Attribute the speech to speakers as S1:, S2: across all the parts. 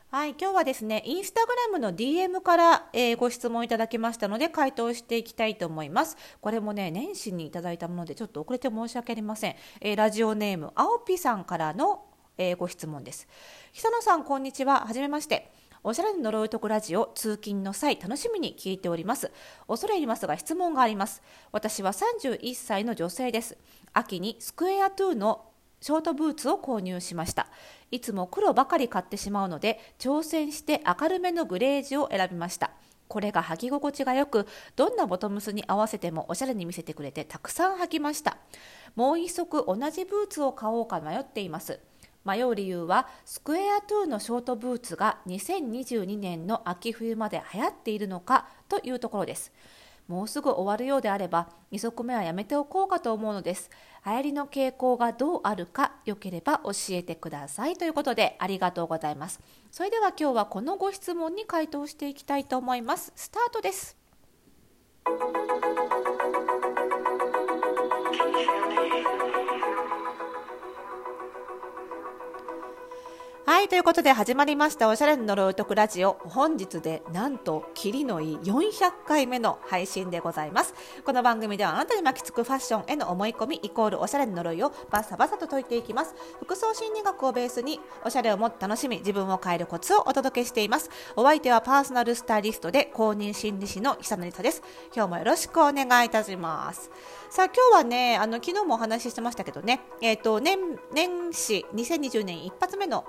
S1: はい、今日はですね、インスタグラムの DM から、ご質問いただきましたので回答していきたいと思います。これもね、年始にいただいたものでちょっと遅れて申し訳ありません。ラジオネームあおぴさんからの、ご質問です。久野さん、こんにちは。はじめまして。おしゃれの呪いとくラジオ通勤の際楽しみに聞いております。恐れ入りますが質問があります。私は31歳の女性です。秋にスクエアトゥのショートブーツを購入しました。いつも黒ばかり買ってしまうので挑戦して明るめのグレージュを選びました。これが履き心地が良く、どんなボトムスに合わせてもおしゃれに見せてくれてたくさん履きました。もう一足同じブーツを買おうか迷っています。迷う理由はスクエアトゥのショートブーツが2022年の秋冬まで流行っているのかというところです。もうすぐ終わるようであれば2足目はやめておこうかと思うのです。流行りの傾向がどうあるかよければ教えてくださいということで、ありがとうございます。それでは今日はこのご質問に回答していきたいと思います。スタートです。はい、ということで始まりましたおしゃれの呪いとくラジオ。本日でなんとキリのいい400回目の配信でございます。この番組ではあなたに巻きつくファッションへの思い込みイコールおしゃれの呪いをバサバサと解いていきます。服装心理学をベースにおしゃれをもっと楽しみ自分を変えるコツをお届けしています。お相手はパーソナルスタイリストで公認心理師の久野里沙です。今日もよろしくお願いいたします。さあ今日はね、昨日もお話ししてましたけどね、年始2020年一発目の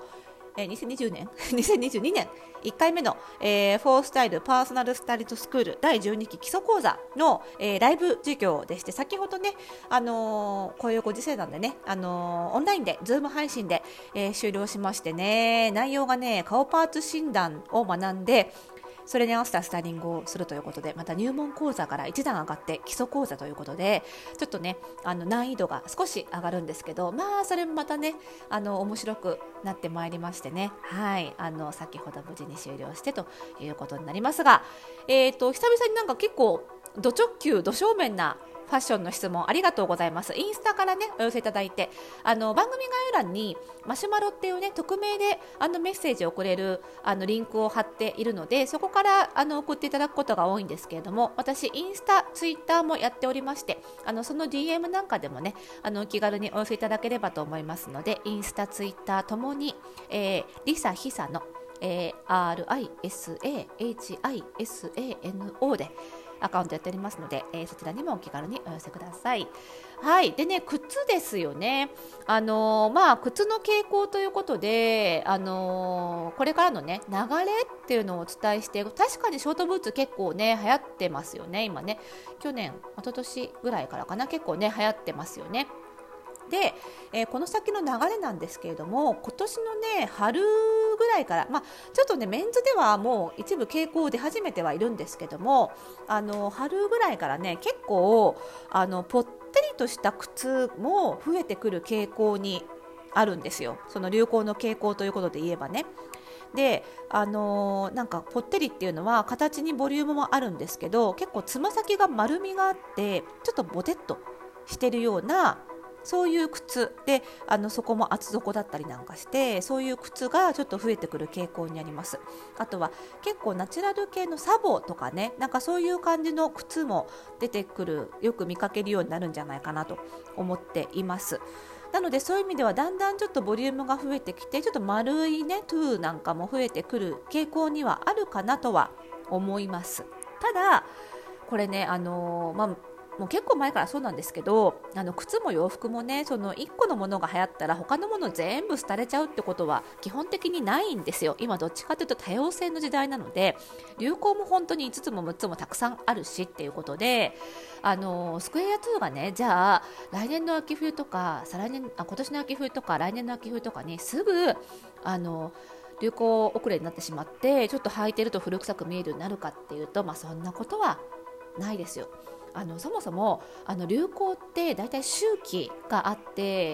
S1: 2020年2022年1回目の、フォースタイルパーソナルスタイリストスクール第12期基礎講座の、ライブ授業でして、先ほどね、こういうご時世なんでね、オンラインでズーム配信で、終了しましてね、内容がね、顔パーツ診断を学んで、それに合わせたスタイリングをするということで、また入門講座から一段上がって基礎講座ということで、ちょっとね難易度が少し上がるんですけど、まあそれもまたね面白くなってまいりましてね、はい先ほど無事に終了してということになりますが、久々になんか結構ド直球ド正面なファッションの質問ありがとうございます。インスタからねお寄せいただいて、番組概要欄にマシュマロっていうね匿名でメッセージを送れるリンクを貼っているので、そこから送っていただくことが多いんですけれども、私インスタツイッターもやっておりまして、その DM なんかでもね気軽にお寄せいただければと思いますので、インスタツイッターともに、リサヒサの、RISAHISANO でアカウントやっておりますので、そちらにもお気軽にお寄せください。はい。でね、靴ですよね。靴の傾向ということで、これからのね、流れっていうのをお伝えして、確かにショートブーツ結構ね、流行ってますよね、今ね。去年、一昨年ぐらいからかな、結構ね、流行ってますよね。で、この先の流れなんですけれども、今年のね春ぐらいから、ちょっとねメンズではもう一部傾向出始めてはいるんですけども、春ぐらいからね結構ぽってりとした靴も増えてくる傾向にあるんですよ。その流行の傾向ということで言えばね。で、なんかぽってりっていうのは形にボリュームもあるんですけど、結構つま先が丸みがあってちょっとボテッとしてるような、そういう靴でそこも厚底だったりなんかして、そういう靴がちょっと増えてくる傾向にあります。あとは結構ナチュラル系のサボとかね、なんかそういう感じの靴も出てくる、よく見かけるようになるんじゃないかなと思っています。なのでそういう意味ではだんだんちょっとボリュームが増えてきて、ちょっと丸いねトゥーなんかも増えてくる傾向にはあるかなとは思います。ただこれねもう結構前からそうなんですけど、靴も洋服もね、その1個のものが流行ったら他のもの全部廃れちゃうってことは基本的にないんですよ。今どっちかというと多様性の時代なので、流行も本当に5つも6つもたくさんあるしっていうことで、スクエア2がね、じゃあ来年の秋冬とか今年の秋冬とか来年の秋冬とかにすぐ流行遅れになってしまってちょっと履いてると古臭く見えるようになるかっていうと、そんなことはないですよ。そもそも流行ってだいたい周期があって、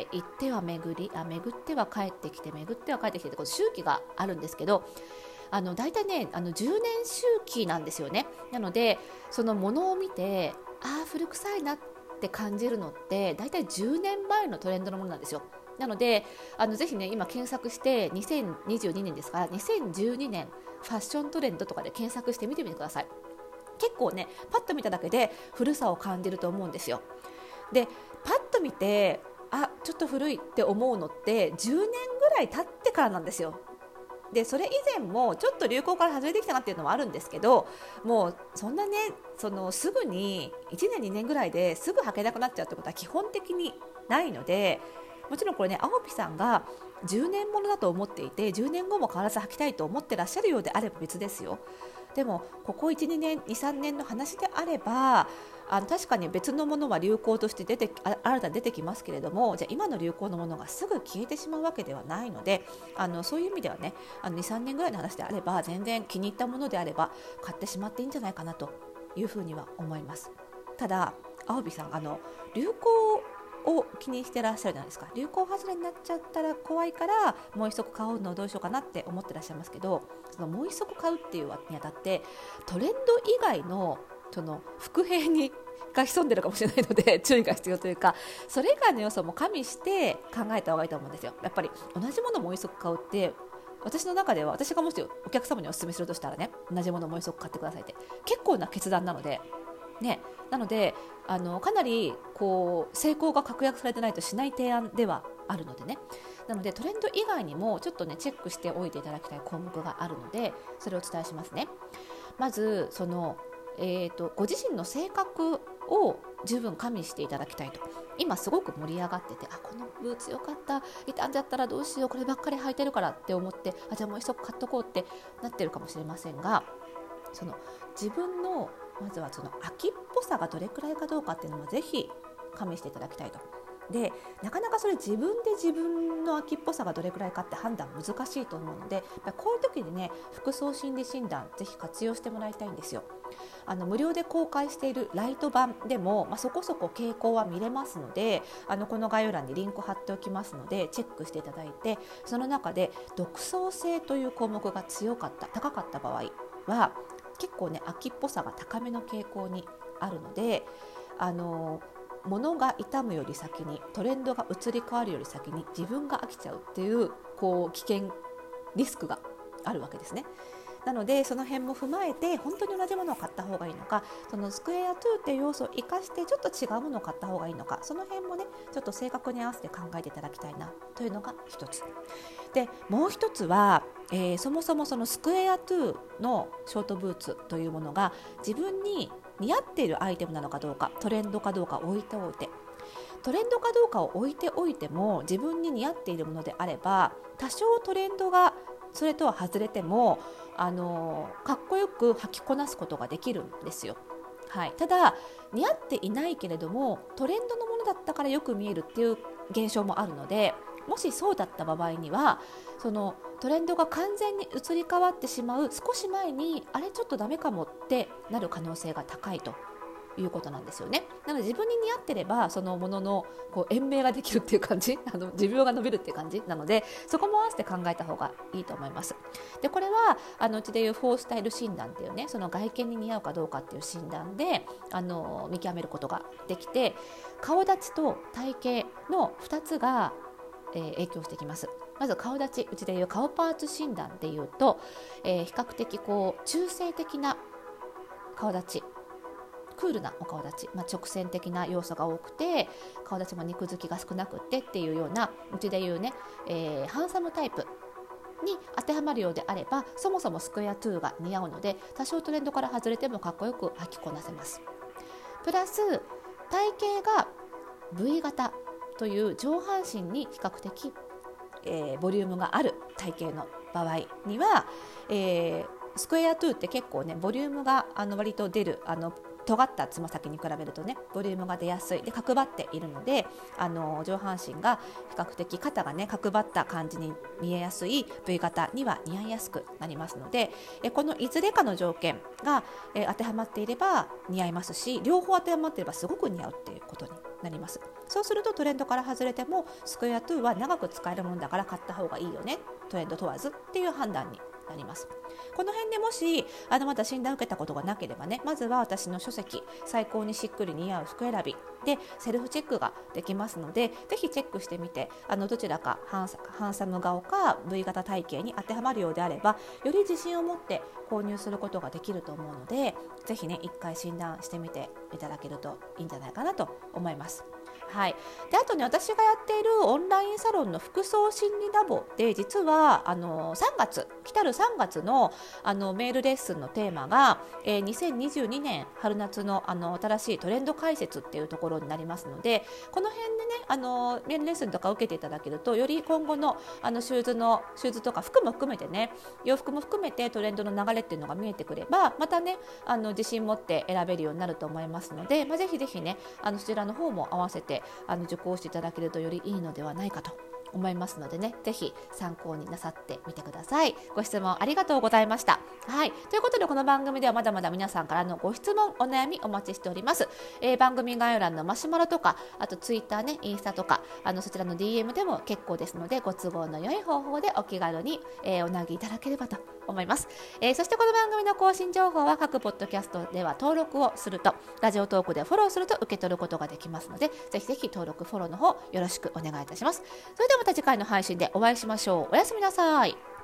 S1: 行っては巡っては帰ってきて巡っては帰ってきてって周期があるんですけど、だいたいね10年周期なんですよね。なのでそのものを見て古臭いなって感じるのってだいたい10年前のトレンドのものなんですよ。 なのでぜひね今検索して2022年ですから2012年ファッショントレンドとかで検索して見てみてください。結構ねパッと見ただけで古さを感じると思うんですよ。でパッと見てちょっと古いって思うのって10年ぐらい経ってからなんですよ。でそれ以前もちょっと流行から外れてきたなっていうのもあるんですけど、もうそんなねすぐに1年2年ぐらいですぐ履けなくなっちゃうってことは基本的にないので、もちろんこれね青ピさんが10年ものだと思っていて10年後も変わらず履きたいと思ってらっしゃるようであれば別ですよ。でもここ 1,2 年 2,3 年の話であれば確かに別のものは流行として新たに出てきますけれども、じゃあ今の流行のものがすぐ消えてしまうわけではないのでそういう意味ではね2、3年ぐらいの話であれば全然気に入ったものであれば買ってしまっていいんじゃないかなというふうには思います。ただ青木さん流行を気にしてらっしゃるじゃないですか。流行外れになっちゃったら怖いからもう一足買うのをどうしようかなって思ってらっしゃいますけど、そのもう一足買うっていうにあたってトレンド以外の伏兵が潜んでるかもしれないので注意が必要というか、それ以外の要素も加味して考えた方がいいと思うんですよ。やっぱり同じものをもう一足買うって私の中では、私がもしお客様にお勧めするとしたらね、同じものをもう一足買ってくださいって結構な決断なのでね、なのでかなり成功が確約されてないとしない提案ではあるのでね、なのでトレンド以外にもちょっとねチェックしておいていただきたい項目があるので、それをお伝えしますね。まずご自身の性格を十分加味していただきたいと。今すごく盛り上がってて、このブーツよかった、傷んじゃったらどうしよう、こればっかり履いてるからって思ってじゃあもう一足買っとこうってなってるかもしれませんが、自分のまずは秋っぽさがどれくらいかどうかっていうのもぜひ加味していただきたいと。でなかなかそれ自分で自分の秋っぽさがどれくらいかって判断難しいと思うので、こういう時にね服装心理診断ぜひ活用してもらいたいんですよ。無料で公開しているライト版でも、そこそこ傾向は見れますのでこの概要欄にリンク貼っておきますのでチェックしていただいて、その中で独創性という項目が高かった場合は結構ね秋っぽさが高めの傾向にあるので、物が傷むより先にトレンドが移り変わるより先に自分が飽きちゃうっていう危険リスクがあるわけですね。なのでその辺も踏まえて本当に同じものを買った方がいいのか、スクエア2っていう要素を生かしてちょっと違うものを買った方がいいのか、その辺もねちょっと性格に合わせて考えていただきたいなというのが一つで、もう一つは、そもそもスクエア2のショートブーツというものが自分に似合っているアイテムなのかどうか、トレンドかどうか置いておいて、トレンドかどうかを置いておいても自分に似合っているものであれば多少トレンドがそれとは外れてもかっこよく履きこなすことができるんですよ。ただ似合っていないけれどもトレンドのものだったからよく見えるっていう現象もあるので、もしそうだった場合にはトレンドが完全に移り変わってしまう少し前にあれちょっとダメかもってなる可能性が高いということなんですよね。なので自分に似合ってればそのものの延命ができるっていう感じ、寿命が伸びるっていう感じなので、そこも合わせて考えた方がいいと思います。でこれはうちでいうフォースタイル診断っていうね、その外見に似合うかどうかっていう診断で見極めることができて、顔立ちと体型の2つが影響してきます。まず顔立ち、うちでいう顔パーツ診断でいうと、比較的中性的な顔立ち、クールなお顔立ち、直線的な要素が多くて顔立ちも肉付きが少なくてっていうような、うちでいうね、ハンサムタイプに当てはまるようであればそもそもスクエア2が似合うので多少トレンドから外れてもかっこよく履きこなせます。プラス体型が V 型という上半身に比較的、ボリュームがある体型の場合には、スクエア2って結構ねボリュームが割と出る尖ったつま先に比べるとねボリュームが出やすいで角張っているので上半身が比較的肩がね角張った感じに見えやすい V 型には似合いやすくなりますので、このいずれかの条件が、当てはまっていれば似合いますし、両方当てはまっていればすごく似合うっていうことになります。そうするとトレンドから外れてもスクエア2は長く使えるものだから買った方がいいよね、トレンド問わずっていう判断になります。この辺でもしまだ診断を受けたことがなければね、まずは私の書籍最高にしっくり似合う服選びでセルフチェックができますので、ぜひチェックしてみて、どちらかハンサム顔か V 型体型に当てはまるようであれば、より自信を持って購入することができると思うので、ぜひね1回診断してみていただけるといいんじゃないかなと思います。はい、であとね、私がやっているオンラインサロンの服装心理ラボで、実は来たる3月のメールレッスンのテーマが、2022年春夏の新しいトレンド解説っていうところになりますので、この辺でねメールレッスンとか受けていただけると、より今後のシューズとか服も含めてね、洋服も含めてトレンドの流れっていうのが見えてくれば、またね自信持って選べるようになると思いますので、ぜひぜひねそちらの方も合わせて受講していただけるとよりいいのではないかと思いますのでね、ぜひ参考になさってみてください。ご質問ありがとうございました。はい、ということで、この番組ではまだまだ皆さんからのご質問お悩みお待ちしております。番組概要欄のマシュマロとか、あとツイッターね、インスタとかそちらの DM でも結構ですので、ご都合の良い方法でお気軽に、お投げいただければと思います。そしてこの番組の更新情報は各ポッドキャストでは登録をすると、ラジオトークでフォローすると受け取ることができますので、ぜひぜひ登録フォローの方よろしくお願いいたします。それではまた次回の配信でお会いしましょう。おやすみなさい。